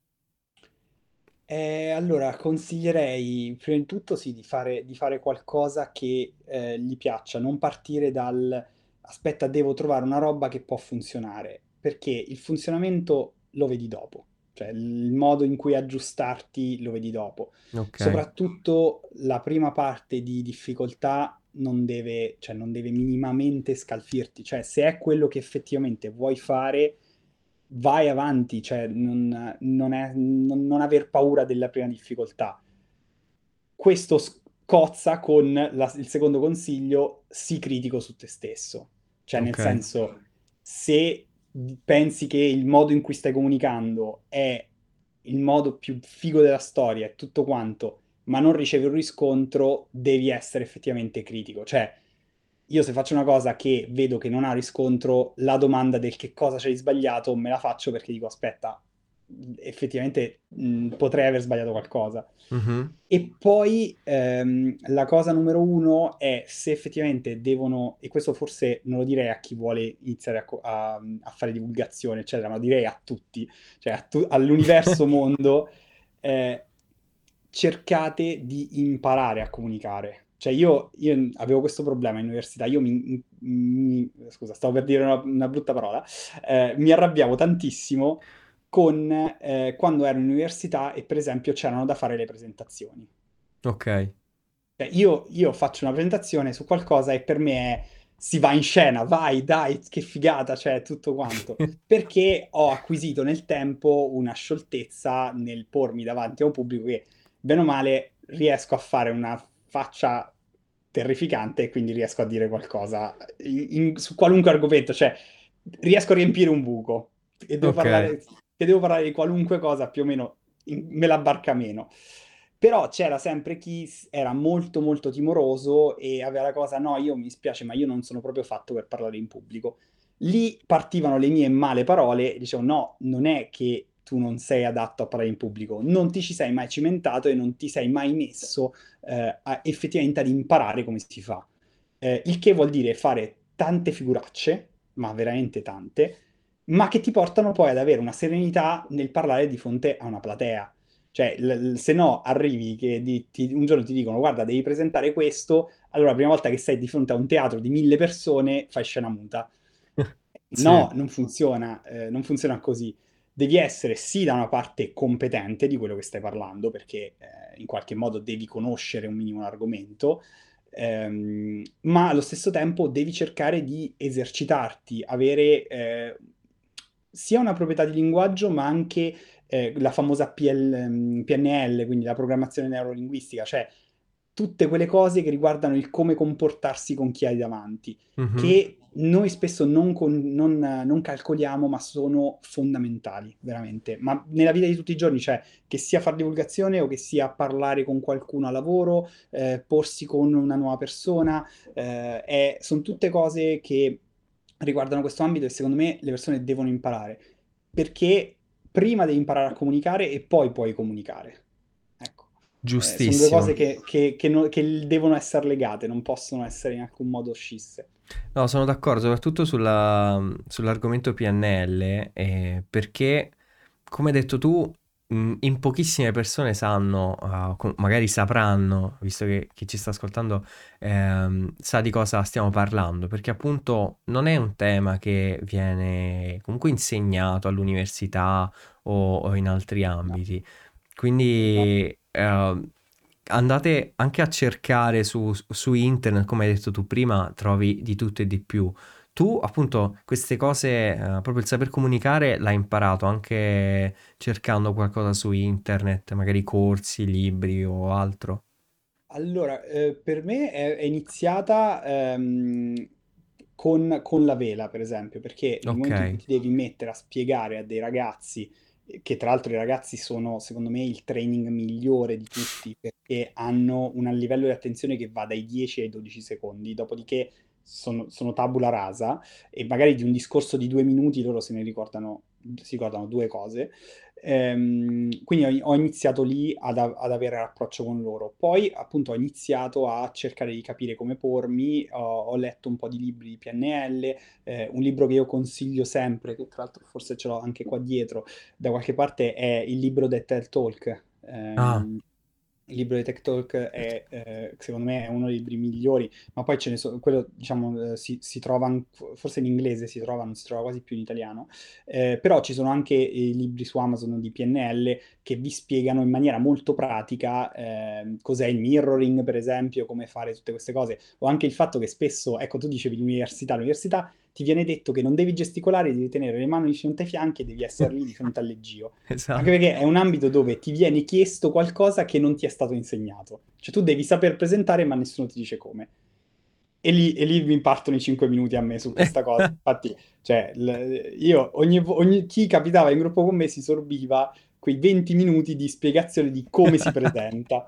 Eh, allora, consiglierei prima di tutto sì, di fare, di fare qualcosa che eh, gli piaccia, non partire dal aspetta, devo trovare una roba che può funzionare, perché il funzionamento lo vedi dopo, cioè il modo in cui aggiustarti lo vedi dopo. Ok, Soprattutto la prima parte di difficoltà non deve, cioè, non deve minimamente scalfirti, cioè se è quello che effettivamente vuoi fare vai avanti, cioè non, non è- non- non aver paura della prima difficoltà. Questo s- cozza con la- il secondo consiglio, sii critico su te stesso. Cioè, nel ok. senso, se pensi che il modo in cui stai comunicando è il modo più figo della storia e tutto quanto, ma non ricevi un riscontro, devi essere effettivamente critico. Cioè, io se faccio una cosa che vedo che non ha riscontro, la domanda del che cosa c'è di sbagliato me la faccio perché dico, aspetta, effettivamente mh, potrei aver sbagliato qualcosa. Mhm. E poi ehm, la cosa numero uno è se effettivamente devono, e questo forse non lo direi a chi vuole iniziare a, co- a- a fare divulgazione, eccetera, ma lo direi a tutti, cioè a tu- all'universo mondo, eh, cercate di imparare a comunicare. Cioè io, io avevo questo problema in università, io mi, mi- scusa, stavo per dire una, una brutta parola, eh, mi arrabbiavo tantissimo con eh, quando ero in università e per esempio c'erano da fare le presentazioni. Ok. Cioè, io, io faccio una presentazione su qualcosa e per me è si va in scena, vai, dai, che figata, cioè tutto quanto. Perché ho acquisito nel tempo una scioltezza nel pormi davanti a un pubblico che, bene o male, riesco a fare una faccia terrificante e quindi riesco a dire qualcosa in- in- su qualunque argomento, cioè riesco a riempire un buco e devo Ok. parlare, se devo parlare di qualunque cosa più o meno in- me la barca meno. Però c'era sempre chi s- era molto molto timoroso e aveva la cosa, no, io mi spiace, ma io non sono proprio fatto per parlare in pubblico. Lì partivano le mie male parole e dicevo, no, non è che tu non sei adatto a parlare in pubblico, non ti ci sei mai cimentato e non ti sei mai messo eh, a- effettivamente ad imparare come si fa. Eh, il che vuol dire fare tante figuracce, ma veramente tante, ma che ti portano poi ad avere una serenità nel parlare di fronte a una platea. Cioè, l- l- se no arrivi che di- ti- un giorno ti dicono, guarda, devi presentare questo, allora la prima volta che sei di fronte a un teatro di mille persone fai scena muta. Sì. No, non funziona, eh, non funziona così. Devi essere sì da una parte competente di quello che stai parlando, perché eh, in qualche modo devi conoscere un minimo l'argomento, ehm, ma allo stesso tempo devi cercare di esercitarti, avere eh, sia una proprietà di linguaggio, ma anche eh, la famosa P L, P N L, quindi la programmazione neurolinguistica, cioè tutte quelle cose che riguardano il come comportarsi con chi hai davanti, Mhm. che noi spesso non, con- non, eh, non calcoliamo, ma sono fondamentali, veramente. Ma nella vita di tutti i giorni, cioè che sia fare divulgazione o che sia parlare con qualcuno a lavoro, eh, porsi con una nuova persona, eh, è- sono tutte cose che riguardano questo ambito e secondo me le persone devono imparare. Perché prima devi imparare a comunicare e poi puoi comunicare. Ecco. Eh, sono due cose Giustissimo. che, che- che no- che devono essere legate, non possono essere in alcun modo scisse. No, sono d'accordo, soprattutto sulla- sull'argomento P N L, eh, perché, come hai detto tu, mh, in pochissime persone sanno, uh, co- magari sapranno, visto che chi ci sta ascoltando ehm, sa di cosa stiamo parlando, perché appunto non è un tema che viene comunque insegnato all'università o, o in altri No, ambiti. no. Quindi eh, andate anche a cercare su, su internet, come hai detto tu prima, trovi di tutto e di più. Tu, appunto, queste cose, eh, proprio il saper comunicare, l'hai imparato anche cercando qualcosa su internet, magari corsi, libri o altro. Allora, eh, per me è, è iniziata ehm, con, con la vela, per esempio, perché nel Ok, momento in cui ti devi mettere a spiegare a dei ragazzi, eh, che tra l'altro i ragazzi sono, secondo me, il training migliore di tutti, perché hanno un livello di attenzione che va dai dieci ai dodici secondi, dopodiché sono, sono tabula rasa e magari di un discorso di due minuti loro se ne ricordano, si ricordano due cose. Ehm, quindi ho, ho iniziato lì ad, a- ad avere l'approccio con loro. Poi, appunto, ho iniziato a cercare di capire come pormi. Ho, ho letto un po' di libri di P N L, eh, un libro che io consiglio sempre, che tra l'altro forse ce l'ho anche qua dietro, da qualche parte, è il libro del TED Talk. ah, Ehm, il libro di Tech Talk è, eh, secondo me, è uno dei libri migliori, ma poi ce ne sono, quello, diciamo, eh, si, si trova, an- forse in inglese si trova, non si trova quasi più in italiano, eh, però ci sono anche i libri su Amazon di P N L che vi spiegano in maniera molto pratica ehm, cos'è il mirroring, per esempio, come fare tutte queste cose, o anche il fatto che spesso, ecco, tu dicevi l'università, l'università ti viene detto che non devi gesticolare, devi tenere le mani di fronte ai fianchi e devi essere lì di fronte al leggio. Anche esatto. perché è un ambito dove ti viene chiesto qualcosa che non ti è stato insegnato. Cioè tu devi saper presentare, ma nessuno ti dice come. E lì, e lì mi partono i cinque minuti a me su questa cosa. Infatti, cioè, l- io, ogni, vo- ogni- chi capitava in gruppo con me si sorbiva quei venti minuti di spiegazione di come si presenta,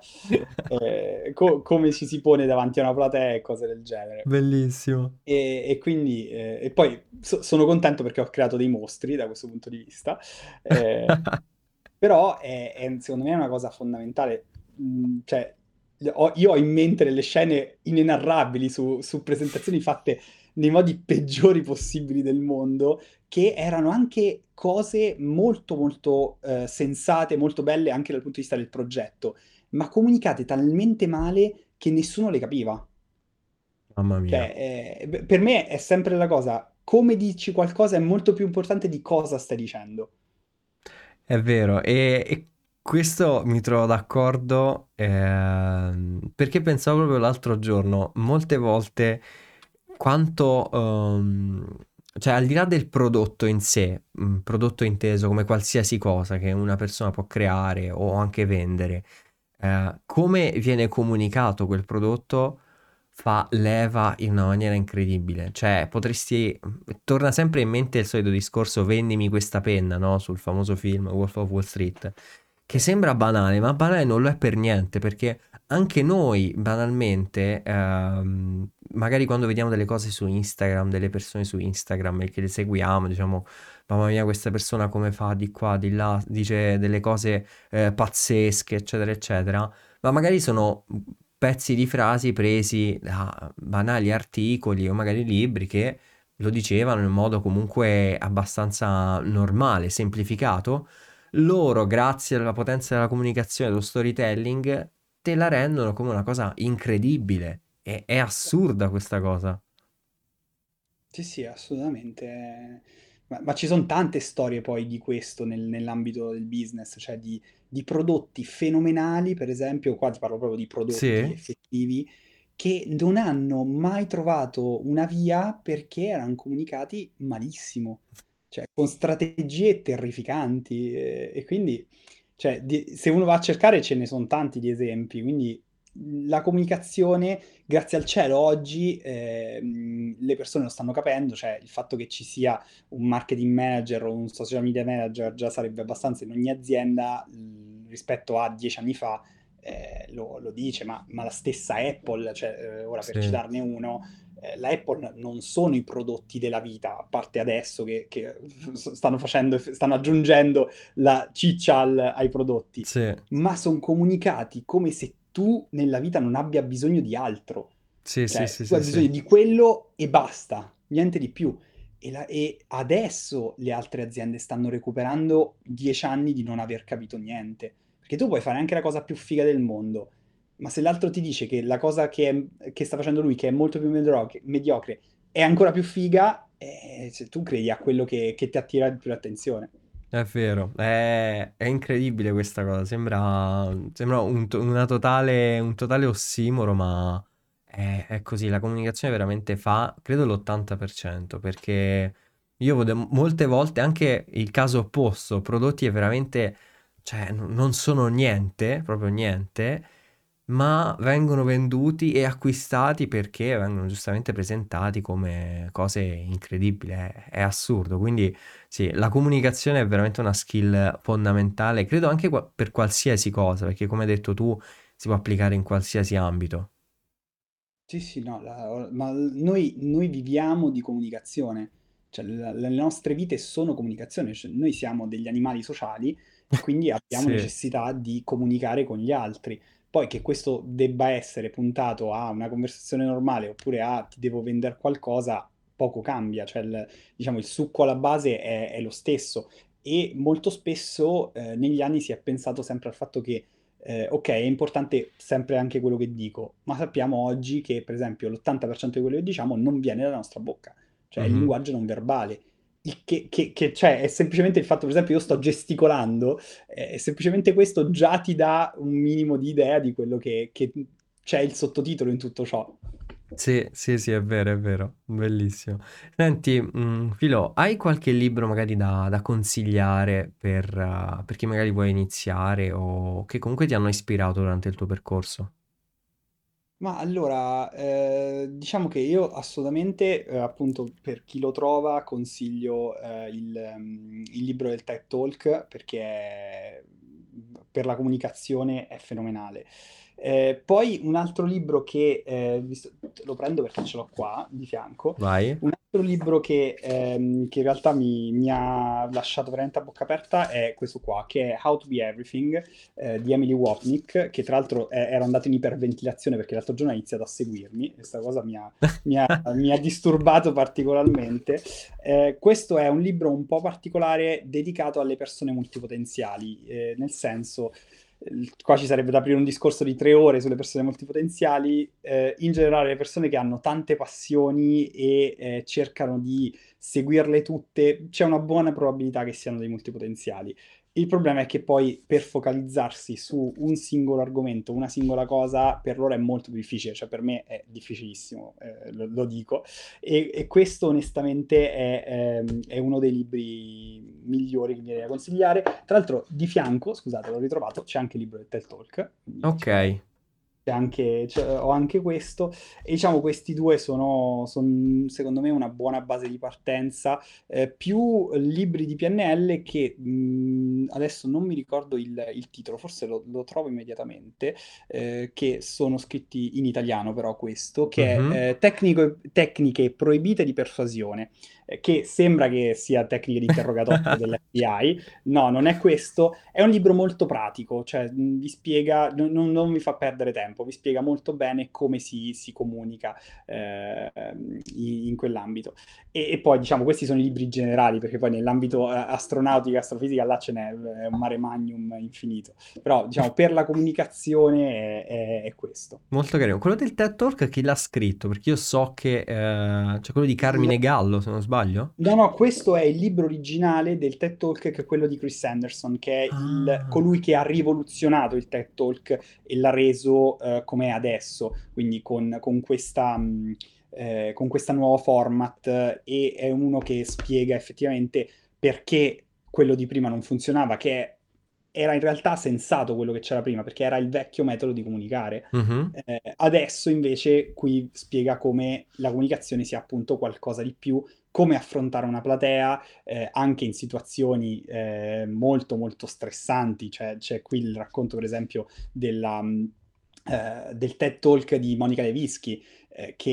eh, co- come ci si pone davanti a una platea e cose del genere. Bellissimo. E, e quindi, eh, e poi so- sono contento perché ho creato dei mostri da questo punto di vista. Eh, però è, è, secondo me è una cosa fondamentale. Mm, cioè, ho- io ho in mente delle scene inenarrabili su, su presentazioni fatte nei modi peggiori possibili del mondo, che erano anche cose molto molto eh, sensate, molto belle anche dal punto di vista del progetto, ma comunicate talmente male che nessuno le capiva. Mamma mia. Cioè, eh, per me è sempre la cosa, come dici qualcosa è molto più importante di cosa stai dicendo. È vero, e, e questo mi trovo d'accordo ehm, perché pensavo proprio l'altro giorno, molte volte quanto, ehm, cioè al di là del prodotto in sé, mh, prodotto inteso come qualsiasi cosa che una persona può creare o anche vendere, eh, come viene comunicato quel prodotto fa leva in una maniera incredibile. Cioè, potresti... Torna sempre in mente il solito discorso vendimi questa penna, no? Sul famoso film Wolf of Wall Street, che Cioè, sembra banale, ma banale non lo è per niente, perché anche noi, banalmente, ehm, magari quando vediamo delle cose su Instagram, delle persone su Instagram e che le seguiamo, diciamo, mamma mia, questa persona come fa di qua, di là, dice delle cose eh, pazzesche, eccetera, eccetera, ma magari sono pezzi di frasi presi da banali articoli o magari libri che lo dicevano in modo comunque abbastanza normale, semplificato. Loro, grazie alla potenza della comunicazione, dello storytelling, te la rendono come una cosa incredibile. E- è assurda questa cosa. sì, sì, assolutamente. Ma, ma ci sono tante storie poi di questo nel- nell'ambito del business, cioè di, di prodotti fenomenali, per esempio, qua ti parlo proprio di prodotti Sì, effettivi, che non hanno mai trovato una via perché erano comunicati malissimo, cioè con strategie terrificanti. E, e quindi, cioè, di- se uno va a cercare ce ne sono tanti di esempi, quindi la comunicazione grazie al cielo oggi ehm, le persone lo stanno capendo, cioè il fatto che ci sia un marketing manager o un social media manager già sarebbe abbastanza in ogni azienda mh, rispetto a dieci anni fa, eh, lo, lo dice, ma, ma la stessa Apple, cioè, eh, ora per sì. citarne uno, eh, la Apple non sono i prodotti della vita, a parte adesso che, che stanno facendo, stanno aggiungendo la ciccia al- ai prodotti, Sì, ma sono comunicati come se tu nella vita non abbia bisogno di altro. sì, sì, Cioè, sì, tu hai sì, sì. bisogno di quello e basta, niente di più. E, la- e adesso le altre aziende stanno recuperando dieci anni di non aver capito niente. Perché tu puoi fare anche la cosa più figa del mondo, ma se l'altro ti dice che la cosa che, è- che sta facendo lui, che è molto più mediocre, mediocre, è ancora più figa, eh, se tu credi a quello che, che ti attira di più l'attenzione. È vero, è, è incredibile questa cosa, sembra, sembra un, to- una totale, un totale ossimoro, ma è, è così, la comunicazione veramente fa, credo, l'ottanta per cento, perché io vedo molte volte anche il caso opposto, prodotti che veramente, cioè, n- non sono niente, proprio niente, ma vengono venduti e acquistati perché vengono giustamente presentati come cose incredibili, è, è assurdo, quindi... Sì, la comunicazione è veramente una skill fondamentale, credo anche qua- per qualsiasi cosa, perché come hai detto tu, si può applicare in qualsiasi ambito. Sì, sì, no, la- ma noi, noi viviamo di comunicazione, cioè la- le nostre vite sono comunicazione, cioè, noi siamo degli animali sociali e quindi abbiamo Sì, necessità di comunicare con gli altri. Poi che questo debba essere puntato a una conversazione normale oppure a ti devo vendere qualcosa, poco cambia, cioè il, diciamo, il succo alla base è, è lo stesso e molto spesso eh, negli anni si è pensato sempre al fatto che eh, ok, è importante sempre anche quello che dico, ma sappiamo oggi che, per esempio, l'ottanta per cento di quello che diciamo non viene dalla nostra bocca, cioè è il mhm. linguaggio non verbale. Il che, che- che- cioè, è semplicemente il fatto, per esempio, io sto gesticolando, eh, e semplicemente questo già ti dà un minimo di idea di quello che, che c'è il sottotitolo in tutto ciò. Sì, sì, sì, è vero, è vero, bellissimo. Senti, mm, Filo, hai qualche libro magari da, da consigliare per, eh, per chi magari vuole iniziare o che comunque ti hanno ispirato durante il tuo percorso? Ma allora, eh, diciamo che io assolutamente, eh, appunto, per chi lo trova, consiglio eh, il, ehm, il libro del TED Talk perché è- per la comunicazione è fenomenale. Eh, poi un altro libro che, eh, visto- lo prendo perché ce l'ho qua di fianco, Vai. un altro libro che, ehm, che in realtà mi, mi ha lasciato veramente a bocca aperta è questo qua, che è How to Be Everything eh, di Emily Wapnick, che tra l'altro eh, ero andato in iperventilazione perché l'altro giorno ha iniziato a seguirmi, questa cosa mi ha, mi ha- mi ha disturbato particolarmente. Eh, questo è un libro un po' particolare dedicato alle persone multipotenziali, eh, nel senso, eh, qua ci sarebbe da aprire un discorso di tre ore sulle persone multipotenziali, eh, in generale le persone che hanno tante passioni e eh, cercano di seguirle tutte, c'è una buona probabilità che siano dei multipotenziali. Il problema è che poi per focalizzarsi su un singolo argomento, una singola cosa, per loro è molto più difficile, cioè per me è difficilissimo, eh, lo, lo dico. E, e questo onestamente è, ehm, è uno dei libri migliori che mi viene da consigliare. Tra l'altro di fianco, scusate, l'ho ritrovato, c'è anche il libro del TED Talk, quindi Ok, diciamo c'è anche, c'è- ho anche questo e diciamo questi due sono, son, secondo me una buona base di partenza, eh, più libri di P N L che mh, adesso non mi ricordo il, il titolo, forse lo, lo trovo immediatamente, eh, che sono scritti in italiano però questo, che mhm. è eh, Tecnico- Tecniche proibite di persuasione, eh, che sembra che sia tecniche di interrogatorio dell'F B I, no, non è questo, è un libro molto pratico, cioè mh, vi spiega, non, non- non vi fa perdere tempo, vi spiega molto bene come si, si comunica eh, in, in quell'ambito. E, e poi, diciamo, questi sono i libri generali, perché poi nell'ambito eh, astronautica, astrofisica, là ce n'è, è un mare magnum infinito. Però, diciamo, per la comunicazione è, è- è questo. Molto carino. Quello del TED Talk chi l'ha scritto? Perché io so che eh, c'è quello di Carmine Gallo, se non sbaglio. No, no, questo è il libro originale del TED Talk, che è quello di Chris Anderson, che è il- Ah. colui che ha rivoluzionato il TED Talk e l'ha reso eh, come è adesso, quindi con, con questa, mh, eh, con questa nuova format, eh, e è uno che spiega effettivamente perché quello di prima non funzionava, che era in realtà sensato quello che c'era prima, perché era il vecchio metodo di comunicare. Mhm. Eh, adesso invece qui spiega come la comunicazione sia appunto qualcosa di più, come affrontare una platea eh, anche in situazioni eh, molto molto stressanti. Cioè, c'è qui il racconto per esempio della, mh, eh, del TED Talk di Monica Lewinsky, eh, che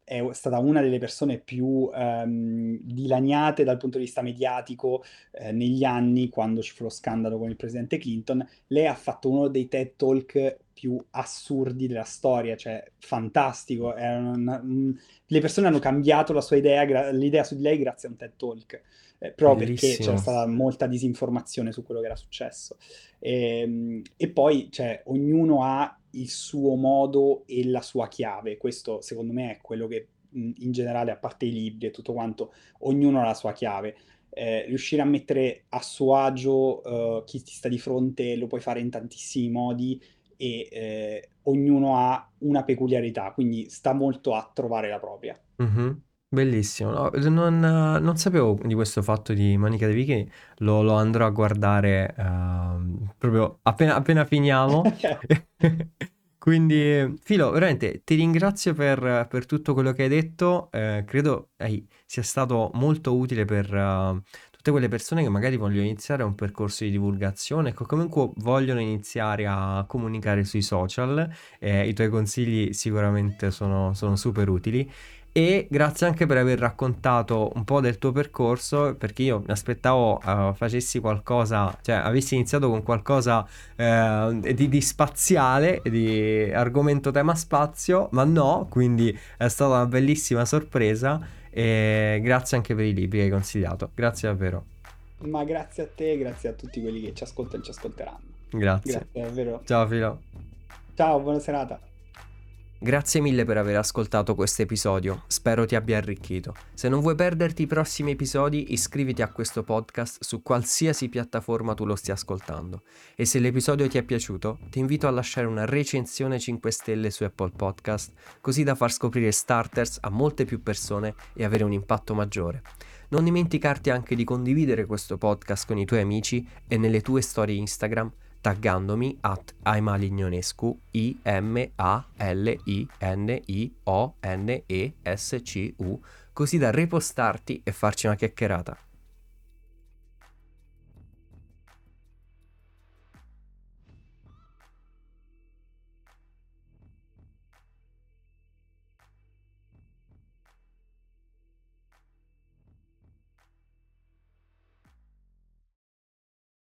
è stata una delle persone più ehm, dilaniate dal punto di vista mediatico eh, negli anni, quando ci fu lo scandalo con il presidente Clinton. Lei ha fatto uno dei TED Talk più assurdi della storia, cioè fantastico. È una- un- le persone hanno cambiato la sua idea, gra- l'idea su di lei grazie a un TED Talk, eh, proprio perché c'era Bellissimo. stata molta disinformazione su quello che era successo. E, e poi, cioè, ognuno ha il suo modo e la sua chiave. Questo, secondo me, è quello che mh, in generale, a parte i libri e tutto quanto, ognuno ha la sua chiave. Eh, riuscire a mettere a suo agio eh, chi ti sta di fronte lo puoi fare in tantissimi modi e eh, ognuno ha una peculiarità, quindi sta molto a trovare la propria. Mhm. Bellissimo. No, non, non sapevo di questo fatto di Manica dei Vichini, lo, lo andrò a guardare ehm, proprio appena, appena finiamo. Quindi, Filo, veramente ti ringrazio per, per tutto quello che hai detto. Eh, credo eh, sia stato molto utile per eh, tutte quelle persone che magari vogliono iniziare un percorso di divulgazione, ecco, comunque vogliono iniziare a comunicare sui social. Eh, i tuoi consigli sicuramente sono, sono super utili. E grazie anche per aver raccontato un po' del tuo percorso, perché io mi aspettavo eh, facessi qualcosa, cioè avessi iniziato con qualcosa eh, di, di spaziale, di argomento tema spazio, ma no, quindi è stata una bellissima sorpresa e grazie anche per i libri che hai consigliato, grazie davvero, Ma grazie a te, grazie a tutti quelli che ci ascoltano e ci ascolteranno. grazie. Grazie davvero. Ciao Filo. Ciao, buona serata. Grazie mille per aver ascoltato questo episodio, spero ti abbia arricchito. Se non vuoi perderti i prossimi episodi, iscriviti a questo podcast su qualsiasi piattaforma tu lo stia ascoltando. E se l'episodio ti è piaciuto, ti invito a lasciare una recensione cinque stelle su Apple Podcast, così da far scoprire Starters a molte più persone e avere un impatto maggiore. Non dimenticarti anche di condividere questo podcast con i tuoi amici e nelle tue storie Instagram, taggandomi at Aimalignonescu, I M A L I N I O N E S C U, così da repostarti e farci una chiacchierata.